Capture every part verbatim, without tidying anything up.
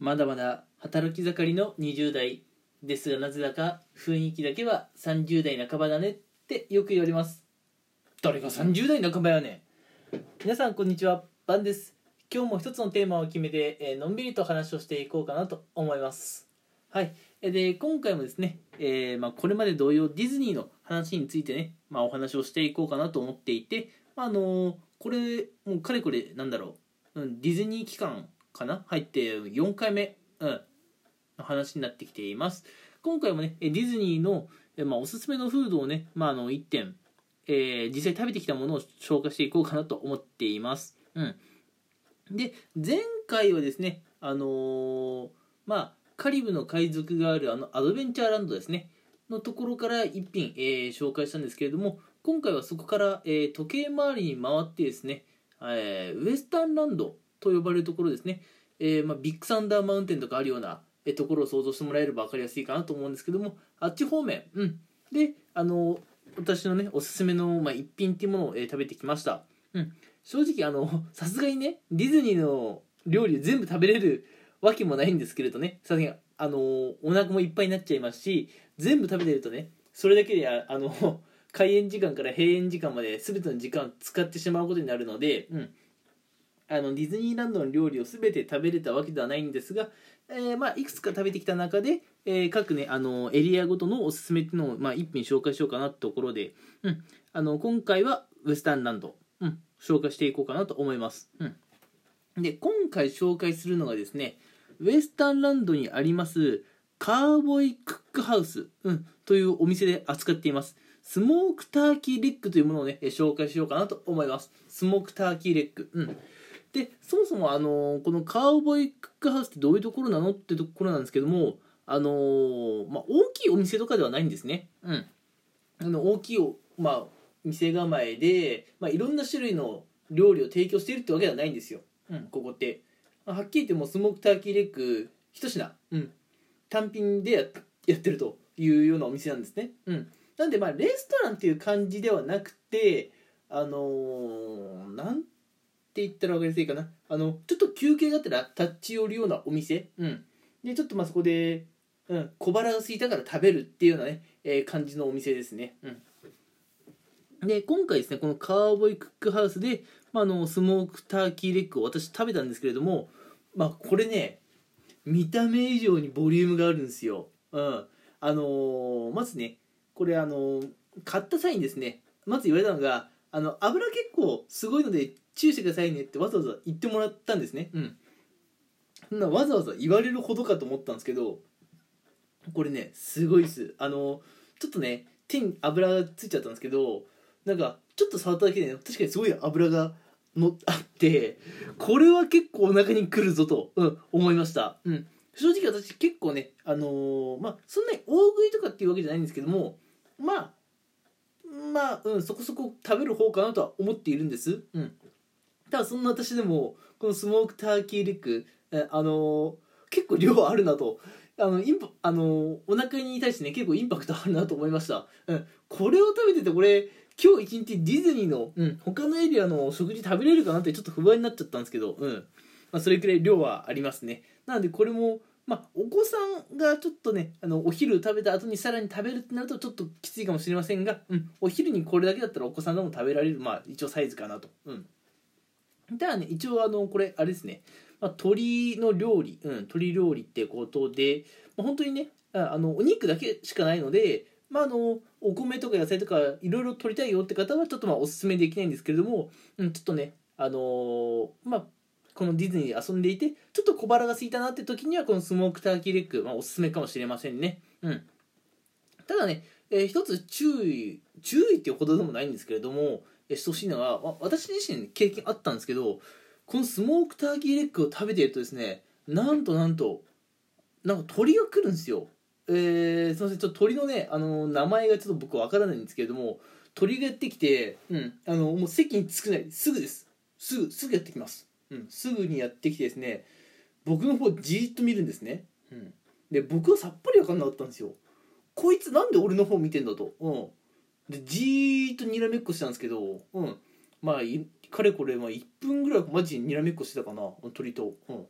まだまだ働き盛りのにじゅう代ですが、なぜだか雰囲気だけはさんじゅう代半ばだねってよく言われます。誰がさんじゅう代半ばやねん。皆さんこんにちは、バンです。今日も一つのテーマを決めて、えーのんびりと話をしていこうかなと思います。はい。で今回もですね、えーまあ、これまで同様ディズニーの話についてね、まあ、お話をしていこうかなと思っていて、まあ、あのーこれもうかれこれなんだろう、うん、ディズニー期間かな入ってよんかいめ、うん、の話になってきています。今回もねディズニーの、まあ、おすすめのフードをね、まあ、あのいってん、えー、実際食べてきたものを紹介していこうかなと思っています。うん、で前回はですね、あのー、まあカリブの海賊があるあのアドベンチャーランドですねのところから一品、えー、紹介したんですけれども、今回はそこから、えー、時計回りに回ってですね、えー、ウエスタンランドと呼ばれるところですね、えーまあ、ビッグサンダーマウンテンとかあるような、えー、ところを想像してもらえれば分かりやすいかなと思うんですけども、あっち方面、うん、であの私のねおすすめの、まあ、一品っていうものを、えー、食べてきました。うん、正直あのさすがにねディズニーの料理を全部食べれるわけもないんですけれどね、さすがにあのお腹もいっぱいになっちゃいますし、全部食べてるとねそれだけでああの開園時間から閉園時間まで全ての時間を使ってしまうことになるので、うん、あのディズニーランドの料理を全て食べれたわけではないんですが、えーまあ、いくつか食べてきた中で、えー各ねあのエリアごとのおすすめっていうのを、まあ、一品紹介しようかなってところで、うん、あの今回はウエスタンランド、うん、紹介していこうかなと思います。うん、で今回紹介するのがですね、ウエスタンランドにありますカーボイクックハウス、うん、というお店で扱っていますスモークターキーレッグというものをね紹介しようかなと思います。スモークターキーレッグ、うん、でそもそもあのこのカーボイクックハウスってどういうところなのってところなんですけども、あのーまあ、大きいお店とかではないんですね。うん、あの大きいお、まあ、店構えで、まあ、いろんな種類の料理を提供しているってわけではないんですよ。うん、ここってはっきり言ってもうスモークターキーレッグ一品、うん、単品で や, やってるというようなお店なんですね。うん、なんでまあレストランっていう感じではなくて、あのー、なんて言ったら分かりやすいかな、あのちょっと休憩があったら立ち寄るようなお店、うん、でちょっとまあそこで、うん、小腹が空いたから食べるっていうようなね、えー感じのお店ですね。うんで今回ですねこのカーボーイクックハウスで、まあ、あのスモークターキーレッグを私食べたんですけれども、まあ、これね見た目以上にボリュームがあるんですよ。うんあのーまずねこれあのー買った際にですねまず言われたのが、あの油結構すごいので注意してくださいねってわざわざ言ってもらったんですね。うんそんなわざわざ言われるほどかと思ったんですけど、これねすごいです。あのーちょっとね手に油がついちゃったんですけど、なんかちょっと触っただけで、ね、確かにすごい油がのあって、これは結構お腹にくるぞと、うん、思いました。うん、正直私結構ね、あのー、まあそんなに大食いとかっていうわけじゃないんですけども、まあまあ、うん、そこそこ食べる方かなとは思っているんです。うん、ただそんな私でもこのスモークターキーレッグ、あのー、結構量あるなと、あのインパあのー、お腹に対してね結構インパクトあるなと思いました。うん、これを食べててこれ今日一日ディズニーの、うん、他のエリアの食事食べれるかなってちょっと不安になっちゃったんですけど、うんまあ、それくらい量はありますね。なのでこれも、まあ、お子さんがちょっとねあのお昼食べた後にさらに食べるってなるとちょっときついかもしれませんが、うん、お昼にこれだけだったらお子さんでも食べられる、まあ、一応サイズかなと。うんただね一応あのこれあれですね、まあ、鶏の料理、うん、鶏料理ってことで、まあ、本当にねああのお肉だけしかないので、まあ、あのお米とか野菜とかいろいろ取りたいよって方はちょっとまあおすすめできないんですけれども、うん、ちょっとねあのーまあこのディズニーで遊んでいてちょっと小腹が空いたなって時にはこのスモークターキーレッグ、まあ、おすすめかもしれませんね。うん、ただね、えー一つ注意注意っていうほどでもないんですけれども、えーしてほしいのが、わ私自身経験あったんですけど、このスモークターキーレッグを食べているとですね、なんとなんとなんか鳥が来るんですよ。えー、すみません、ちょっと鳥のね、あの名前がちょっと僕わからないんですけれども、鳥がやってきて、うん、あのもう席に着くないすぐですすぐすぐやってきます、うん、すぐにやってきてですね、僕の方じーっと見るんですね。うん、で僕はさっぱり分かんなかったんですよ。こいつなんで俺の方見てんだと、うん、でじーっとにらめっこしたんですけど、うん、まあいかれこれまあいっぷんぐらいマジににらめっこしてたかな鳥と、うん、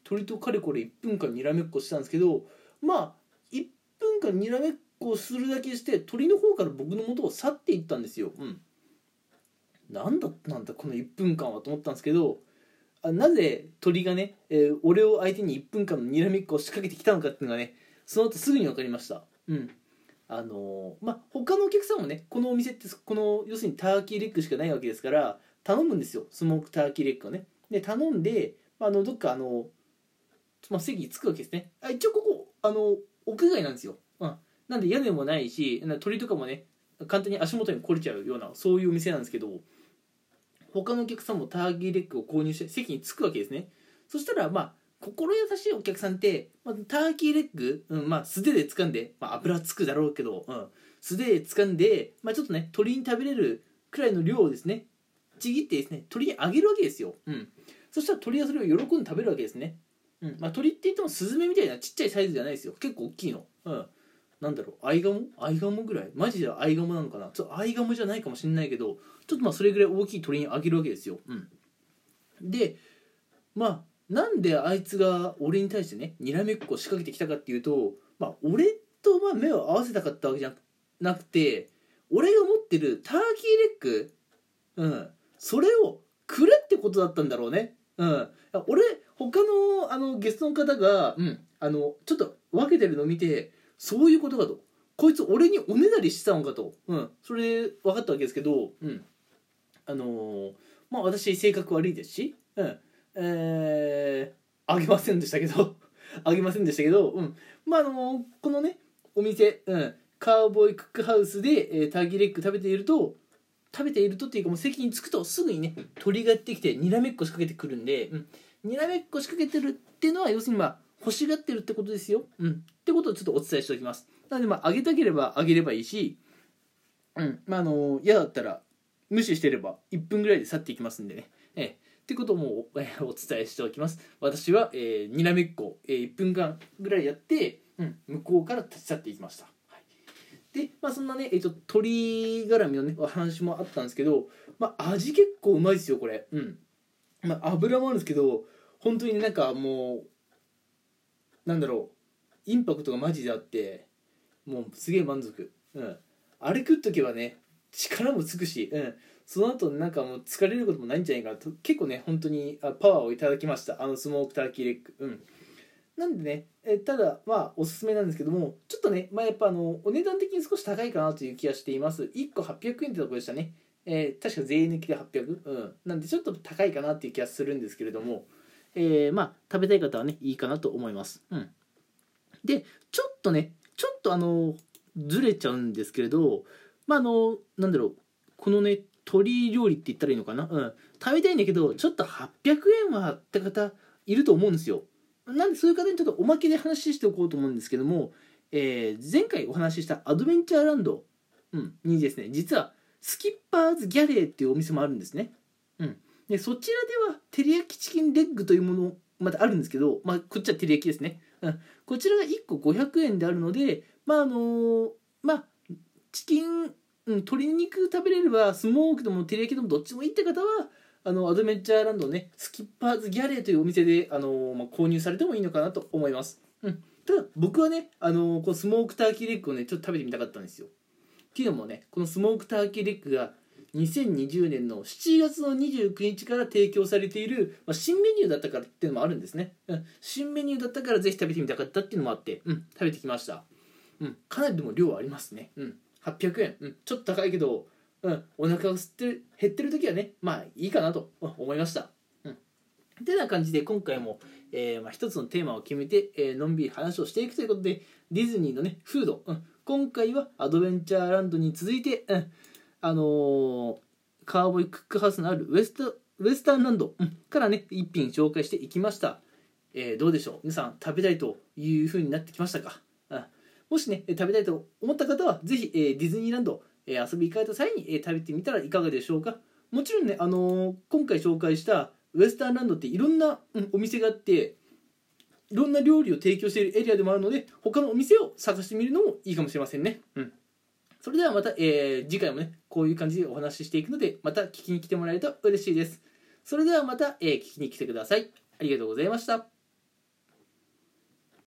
鳥とかれこれいっぷんかんにらめっこしたんですけど、まあいっぷんかんにらめっこするだけして鳥の方から僕の元を去っていったんですよ。うん、なんだなんだこのいっぷんかんはと思ったんですけど、あなぜ鳥がね、えー俺を相手にいっぷんかんのにらめっこを仕掛けてきたのかっていうのがね、その後すぐに分かりました。うんあのー、まあ他のお客さんもね、このお店ってこの要するにターキーレッグしかないわけですから頼むんですよ、スモークターキーレッグをね。で頼んで、あのどっかあの、まあ、席に着くわけですね。あ一応ここあの屋外なんですよ、うん、なんで屋根もないし鳥とかもね簡単に足元に来れちゃうようなそういうお店なんですけど、他のお客さんもターキーレッグを購入して席に着くわけですね。そしたらまあ心優しいお客さんって、まあ、ターキーレッグ、うんまあ、素手で掴んで、まあ、油つくだろうけど、うん、素手で掴んで、まあ、ちょっとね鳥に食べれるくらいの量をですねちぎってですね鳥にあげるわけですよ。うん、そしたら鳥はそれを喜んで食べるわけですね。うんまあ、鳥って言ってもスズメみたいなちっちゃいサイズじゃないですよ、結構大きいの。うんなんだろうアイガモアイガモぐらい、マジでアイガモなのかな、ちょっとアイガモじゃないかもしれないけど、ちょっとまあそれぐらい大きい鳥にあげるわけですよ。うん、でまあなんであいつが俺に対してねにらめっこを仕掛けてきたかっていうと、まあ俺とまあ目を合わせたかったわけじゃなくて、俺が持ってるターキーレッグ、うん、それをくれってことだったんだろうね。うん、俺他のあのゲストの方が、うん、あのちょっと分けてるのを見て、そういうことかと、こいつ俺におねだりしてたのかと、うん、それで分かったわけですけど、うん、あのー、まあ私性格悪いですし、うんえー、あげませんでしたけどあげませんでしたけど、うん、まああのー、このねお店、うん、カウボーイクックハウスで、えー、ターキーレッグ食べていると食べているとっていうかもう席に着くとすぐにね鳥がやってきてにらめっこ仕掛けてくるんで、うん、にらめっこ仕掛けてるっていうのは要するにまあ欲しがってるってことですよ、うん、ってことをちょっとお伝えしておきます。なのでまああげたければあげればいいし、うんまああの嫌だったら無視してればいっぷんぐらいで去っていきますんでね、えー、ってことも、えー、お伝えしておきます。私は、えー、にらめっこ、えー、いっぷんかんぐらいやって、うん、向こうから立ち去っていきました。で、まあ、そんなね、えっと、鶏絡みのね、お話もあったんですけど、まあ、味結構うまいですよ、これ。うん。まあ、油もあるんですけど、本当になんかもう、なんだろう、インパクトがマジであって、もうすげえ満足。うん。あれ食っとけばね、力もつくし、うん。その後なんかもう疲れることもないんじゃないかなと、結構ね、本当にあパワーをいただきました。あのスモークターキーレッグ。うん。なんでね、えただまあおすすめなんですけども、ちょっとね、まあ、やっぱあのお値段的に少し高いかなという気がしています。いっこはっぴゃくえんってとこでしたね。えー、確か税抜きではっぴゃく、うん、なんでちょっと高いかなっていう気がするんですけれども、えー、まあ食べたい方はねいいかなと思います。うん、でちょっとねちょっとあのずれちゃうんですけれど、まああのなんだろうこのね鶏料理って言ったらいいのかな、うん、食べたいんだけどちょっとはっぴゃくえんはって方いると思うんですよ。なんでそういう方にちょっとおまけで話しておこうと思うんですけども、えー、前回お話ししたアドベンチャーランド、うん、にですね実はスキッパーズギャレーっていうお店もあるんですね。うん、でそちらでは照り焼きチキンレッグというものまたあるんですけど、まあ、こっちは照り焼きですね。うん、こちらがいっこごひゃくえんであるので、まああのー、まあチキン、うん、鶏肉食べれればスモークでも照り焼きでもどっちもいいって方はあのアドベンチャーランドねスキッパーズギャレーというお店で、あのまあ、購入されてもいいのかなと思います。うん、ただ僕はね、あのこのスモークターキーレッグをねちょっと食べてみたかったんですよ。っていうのもねこのスモークターキーレッグがにせんにじゅうねんのしちがつのにじゅうくにちから提供されている、まあ、新メニューだったからっていうのもあるんですね。うん、新メニューだったからぜひ食べてみたかったっていうのもあって、うん、食べてきました。うん、かなりでも量ありますね。うん、はっぴゃくえん、うん、ちょっと高いけどうん、お腹が吸ってる減ってる時はねまあいいかなと思いました。うん、てな感じで今回も、えーまあ、一つのテーマを決めて、えー、のんびり話をしていくということでディズニーのねフード、うん、今回はアドベンチャーランドに続いて、うん、あのー、カーボーイクックハウスのあるウエストウエスタンランド、うん、からね一品紹介していきました。えー、どうでしょう皆さん食べたいという風になってきましたか。うん、もしね食べたいと思った方はぜひ、えー、ディズニーランド遊び行かれた際に食べてみたらいかがでしょうか。もちろんね、あのー、今回紹介したウエスタンランドっていろんな、うん、お店があっていろんな料理を提供しているエリアでもあるので他のお店を探してみるのもいいかもしれませんね。うん、それではまた、えー、次回もねこういう感じでお話ししていくのでまた聞きに来てもらえると嬉しいです。それではまた、えー、聞きに来てください。ありがとうございました。